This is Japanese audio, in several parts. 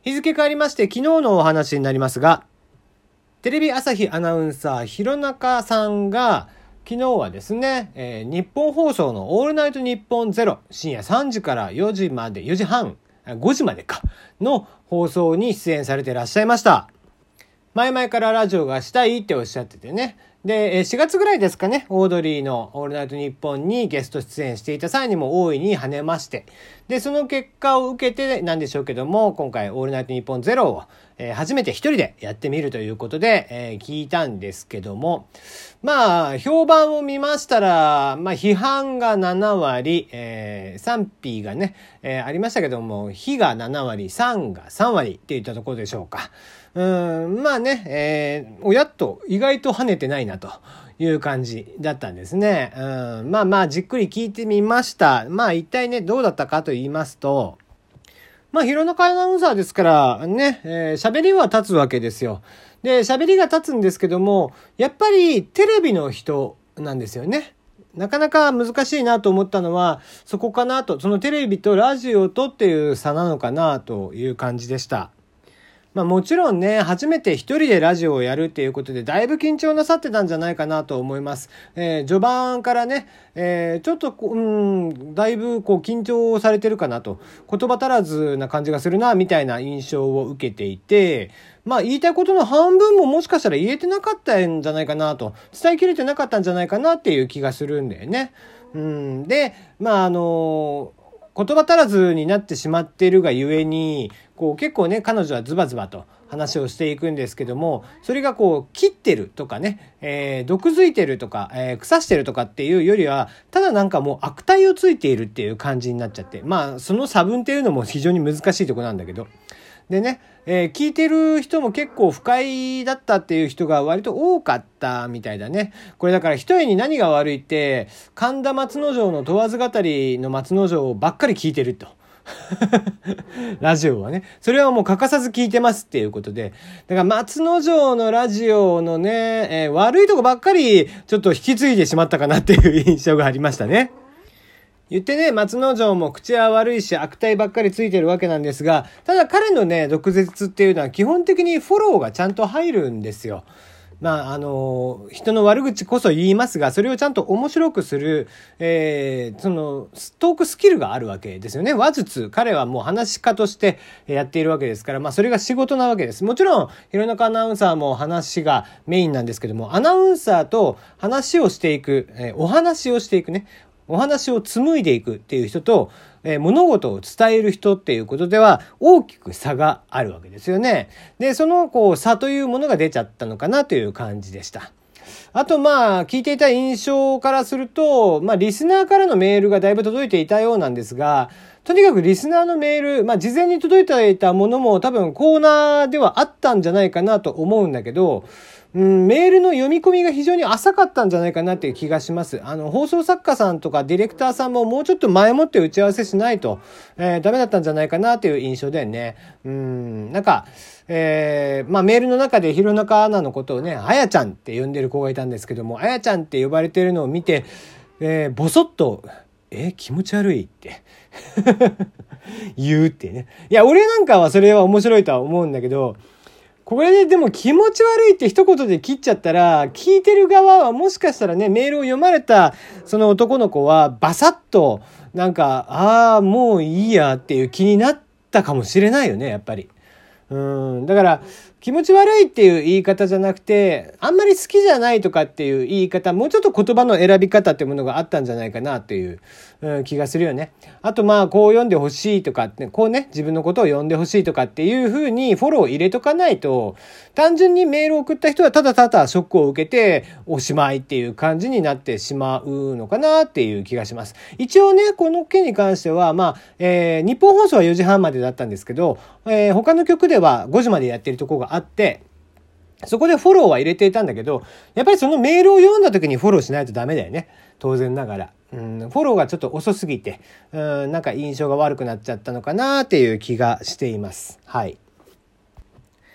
日付変わりまして昨日のお話になりますが、テレビ朝日アナウンサー弘中さんが昨日はですね、日本放送のオールナイトニッポンゼロ深夜3時から4時まで4時半5時までかの放送に出演されていらっしゃいました。前々からラジオがしたいっておっしゃっててね。で、4月ぐらいですかね、オードリーのオールナイトニッポンにゲスト出演していた際にも大いに跳ねまして、で、その結果を受けてなんでしょうけども、今回オールナイトニッポンゼロを、初めて一人でやってみるということで、聞いたんですけども、まあ、評判を見ましたら、まあ、批判が7割、賛否がね、ありましたけども、非が7割、賛が3割っていったところでしょうか。まあね、おやっと意外と跳ねてないなという感じだったんですね。まあまあじっくり聞いてみました。まあ一体ね、どうだったかと言いますと、まあ弘中アナウンサーですからね、喋りは立つわけですよ。で、喋りが立つんですけども、やっぱりテレビの人なんですよね。なかなか難しいなと思ったのは、そこかなと、そのテレビとラジオとっていう差なのかなという感じでした。まあもちろんね、初めて一人でラジオをやるっていうことで、だいぶ緊張なさってたんじゃないかなと思います。序盤からね、ちょっとだいぶ緊張されてるかなと、言葉足らずな感じがするな、みたいな印象を受けていて、まあ言いたいことの半分ももしかしたら言えてなかったんじゃないかなと、伝えきれてなかったんじゃないかなっていう気がするんだよね。で、まあ言葉足らずになってしまっているがゆえに、結構ね、彼女はズバズバと話をしていくんですけども、それが切ってるとかね、毒づいてるとか、腐してるとかっていうよりは、ただなんかもう悪態をついているっていう感じになっちゃって、まあその差分っていうのも非常に難しいところなんだけど、でね、聞いてる人も結構不快だったっていう人が割と多かったみたいだね。これだから一重に何が悪いって、神田松之丞の問わず語りの松之丞ばっかり聞いてると。ラジオはね。それはもう欠かさず聞いてますっていうことで。だから松之丞のラジオのね、悪いとこばっかりちょっと引き継いでしまったかなっていう印象がありましたね。言ってね、松之丞も口は悪いし悪態ばっかりついてるわけなんですが、ただ彼のね、毒舌っていうのは基本的にフォローがちゃんと入るんですよ。まあ、人の悪口こそ言いますが、それをちゃんと面白くする、その、トークスキルがあるわけですよね。話術、彼はもう話し家としてやっているわけですから、まあ、それが仕事なわけです。もちろん、弘中アナウンサーも話がメインなんですけども、アナウンサーと話をしていく、お話をしていくね。お話を紡いでいくっていう人と、物事を伝える人っていうことでは大きく差があるわけですよね。で、その差というものが出ちゃったのかなという感じでした。あとまあ聞いていた印象からすると、まあリスナーからのメールがだいぶ届いていたようなんですが、とにかくリスナーのメール、まあ事前に届いていたものも多分コーナーではあったんじゃないかなと思うんだけど、メールの読み込みが非常に浅かったんじゃないかなっていう気がします。放送作家さんとかディレクターさんももうちょっと前もって打ち合わせしないと、ダメだったんじゃないかなという印象だよね。なんか、まあメールの中で弘中アナのことをね、あやちゃんって呼んでる子がいたんですけども、あやちゃんって呼ばれてるのを見て、ボソッと、気持ち悪いって言うってね。いや、俺なんかはそれは面白いとは思うんだけど、これででも気持ち悪いって一言で切っちゃったら、聞いてる側はもしかしたらね、メールを読まれたその男の子はバサッとなんか、もういいやっていう気になったかもしれないよね、やっぱり。だから気持ち悪いっていう言い方じゃなくて、あんまり好きじゃないとかっていう言い方、もうちょっと言葉の選び方っていうものがあったんじゃないかなっていう、気がするよね。あとまあこう読んでほしいとかって、こうね、自分のことを読んでほしいとかっていう風にフォローを入れとかないと、単純にメールを送った人はただただショックを受けておしまいっていう感じになってしまうのかなっていう気がします。一応ね、この件に関してはまあ、日本放送は4時半までだったんですけど、他の局では5時までやってるところがあって、そこでフォローは入れていたんだけど、やっぱりそのメールを読んだ時にフォローしないとダメだよね。当然ながら。フォローがちょっと遅すぎて、なんか印象が悪くなっちゃったのかなっていう気がしています。はい。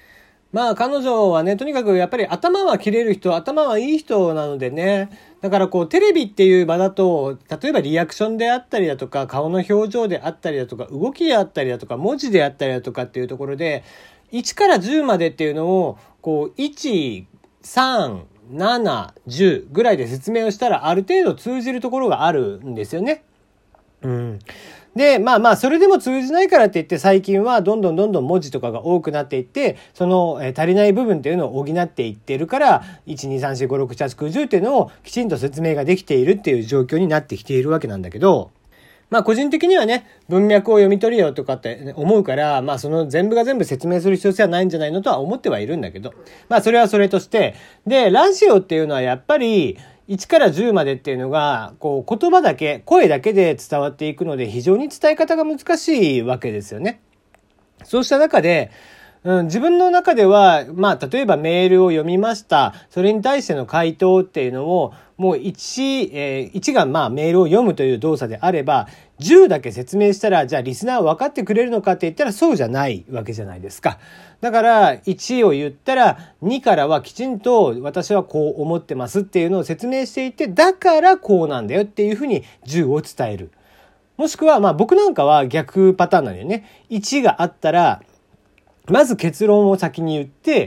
まあ彼女はね、とにかくやっぱり頭は切れる人、頭はいい人なのでね。だからこうテレビっていう場だと、例えばリアクションであったりだとか、顔の表情であったりだとか、動きであったりだとか、文字であったりだとかっていうところで、1から10までっていうのを、こう、1、3、7、10ぐらいで説明をしたらある程度通じるところがあるんですよね。うん。で、まあまあ、それでも通じないからって言って、最近はどんどん文字とかが多くなっていって、その、足りない部分っていうのを補っていってるから、1、2、3、4、5、6、7、9、10っていうのをきちんと説明ができているっていう状況になってきているわけなんだけど、まあ個人的にはね、文脈を読み取るよとかって思うから、まあその全部が全部説明する必要性はないんじゃないのとは思ってはいるんだけど、まあそれはそれとして、で、ラジオっていうのはやっぱり、1から10までっていうのが、こう言葉だけ、声だけで伝わっていくので非常に伝え方が難しいわけですよね。そうした中で、自分の中では、まあ、例えばメールを読みました。それに対しての回答っていうのを、もう1がまあメールを読むという動作であれば、10だけ説明したら、じゃあリスナー分かってくれるのかって言ったらそうじゃないわけじゃないですか。だから、1を言ったら、2からはきちんと私はこう思ってますっていうのを説明していて、だからこうなんだよっていうふうに10を伝える。もしくは、まあ僕なんかは逆パターンなんだよね。1があったら、まず結論を先に言って、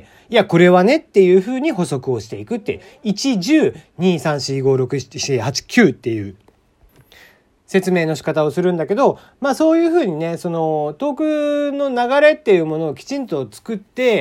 いや、これはねっていう風に補足をしていくって、1、10、2、3、4、5、6、7、8、9っていう説明の仕方をするんだけど、まあそういう風にね、そのトークの流れっていうものをきちんと作って、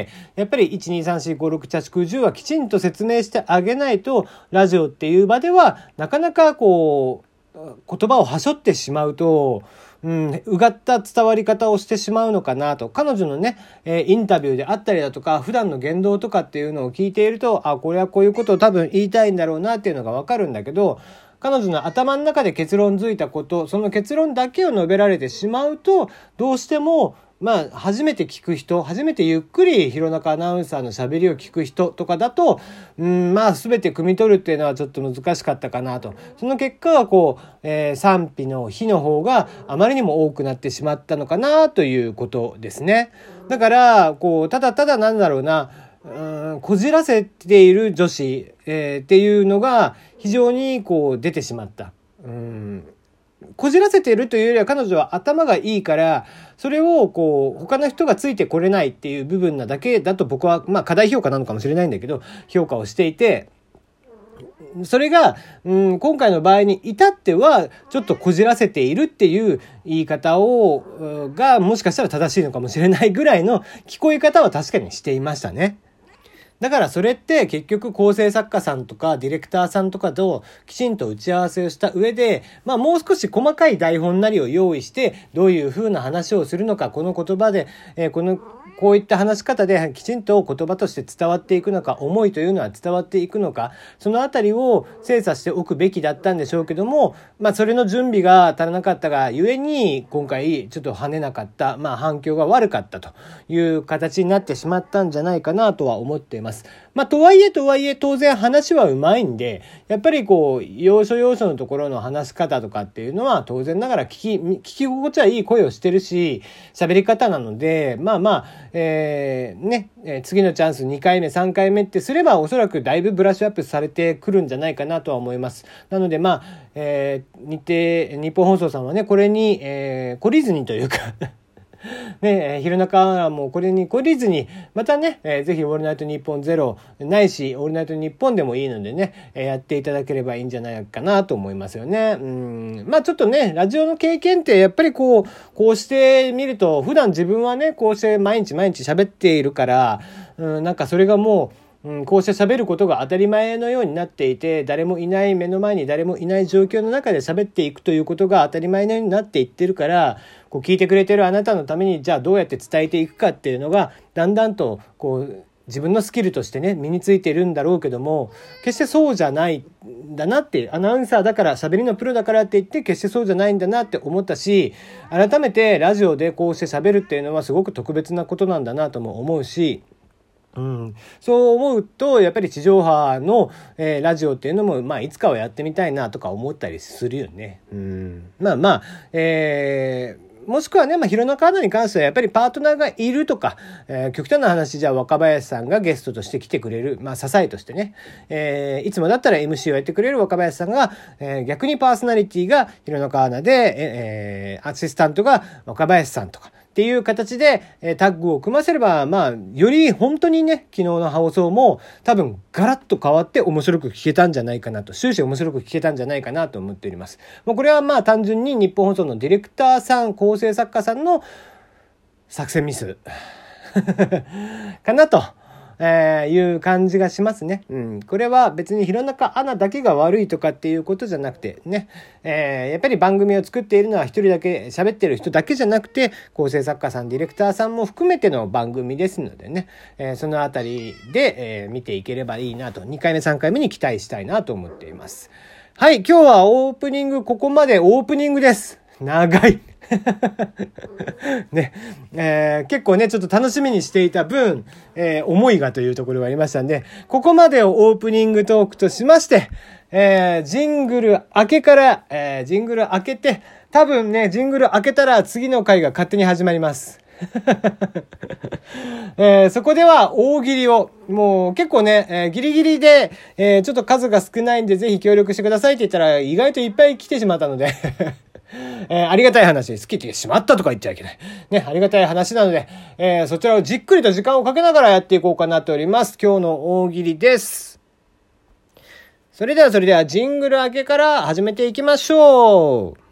やっぱり1、2、3、4、5、6、7、9、10はきちんと説明してあげないと、ラジオっていう場ではなかなかこう、言葉をはしょってしまうと、うがった伝わり方をしてしまうのかなと。彼女のね、インタビューであったりだとか、普段の言動とかっていうのを聞いていると、あ、これはこういうことを多分言いたいんだろうなっていうのがわかるんだけど、彼女の頭の中で結論づいたこと、その結論だけを述べられてしまうと、どうしても、まあ、初めて聞く人、初めてゆっくり弘中アナウンサーの喋りを聞く人とかだと、まあ、全て汲み取るっていうのはちょっと難しかったかなと。その結果はこう、賛否の非の方があまりにも多くなってしまったのかなということですね。だから、こう、ただただなんだろうな、こじらせている女子、っていうのが非常にこう出てしまった。こじらせているというよりは彼女は頭がいいから、それをこう他の人がついてこれないっていう部分なだけだと僕はまあ過大評価なのかもしれないんだけど、評価をしていて、それが、今回の場合に至ってはちょっとこじらせているっていう言い方がもしかしたら正しいのかもしれないぐらいの聞こえ方は確かにしていましたね。だからそれって結局構成作家さんとかディレクターさんとかときちんと打ち合わせをした上で、まあもう少し細かい台本なりを用意してどういう風な話をするのか、この言葉で、こういった話し方できちんと言葉として伝わっていくのか、思いというのは伝わっていくのか、そのあたりを精査しておくべきだったんでしょうけども、まあそれの準備が足らなかったがゆえに今回ちょっと跳ねなかった、まあ反響が悪かったという形になってしまったんじゃないかなとは思っています。まあとはいえ当然話はうまいんで、やっぱりこう要所要所のところの話し方とかっていうのは当然ながら聞き心地はいい声をしてるし、喋り方なので、まあまあ、次のチャンス2回目3回目ってすればおそらくだいぶブラッシュアップされてくるんじゃないかなとは思います。なのでまあ、日本放送さんはねこれに、懲りずにというかね、弘中もこれに懲りずにまたね、ぜひオールナイトニッポンゼロないしオールナイトニッポンでもいいのでね、やっていただければいいんじゃないかなと思いますよね。まあちょっとねラジオの経験ってやっぱりこうしてみると、普段自分はねこうして毎日喋っているから、なんかそれがもうこうして喋ることが当たり前のようになっていて、誰もいない目の前に誰もいない状況の中で喋っていくということが当たり前のようになっていってるから、こう聞いてくれてるあなたのためにじゃあどうやって伝えていくかっていうのがだんだんとこう自分のスキルとしてね身についているんだろうけども、決してそうじゃないんだなって、アナウンサーだから喋りのプロだからって言って決してそうじゃないんだなって思ったし、改めてラジオでこうして喋るっていうのはすごく特別なことなんだなとも思うし、そう思うとやっぱり地上波の、ラジオっていうのも、まあ、いつかはやってみたいなとか思ったりするよね。まあまあ、 もしくはね、弘中アナに関してはやっぱりパートナーがいるとか、極端な話じゃあ若林さんがゲストとして来てくれる、支えとしてね、いつもだったら MC をやってくれる若林さんが、逆にパーソナリティが弘中アナで、アシスタントが若林さんとかっていう形で、タッグを組ませれば、より本当にね、昨日の放送も多分ガラッと変わって面白く聞けたんじゃないかなと、終始面白く聞けたんじゃないかなと思っております。もうこれは単純に日本放送のディレクターさん、構成作家さんの作戦ミスかなと。いう感じがしますね。これは別に弘中アナだけが悪いとかっていうことじゃなくてね、やっぱり番組を作っているのは一人だけ喋ってる人だけじゃなくて、構成作家さん、ディレクターさんも含めての番組ですのでね、そのあたりで、見ていければいいなと、2回目3回目に期待したいなと思っています。はい、今日はオープニング、ここまでオープニングです。長い。ね、結構ね、ちょっと楽しみにしていた分、思いがというところがありましたんで、ここまでをオープニングトークとしまして、ジングル明けから、ジングル明けて、多分ね、ジングル明けたら次の回が勝手に始まります。そこでは大喜利を、もう結構ね、ギリギリで、ちょっと数が少ないんでぜひ協力してくださいって言ったら意外といっぱい来てしまったのでありがたい話、好きってしまったとか言っちゃいけない。ね、ありがたい話なので、そちらをじっくりと時間をかけながらやっていこうかなとおります。今日の大喜利です。それではジングル明けから始めていきましょう。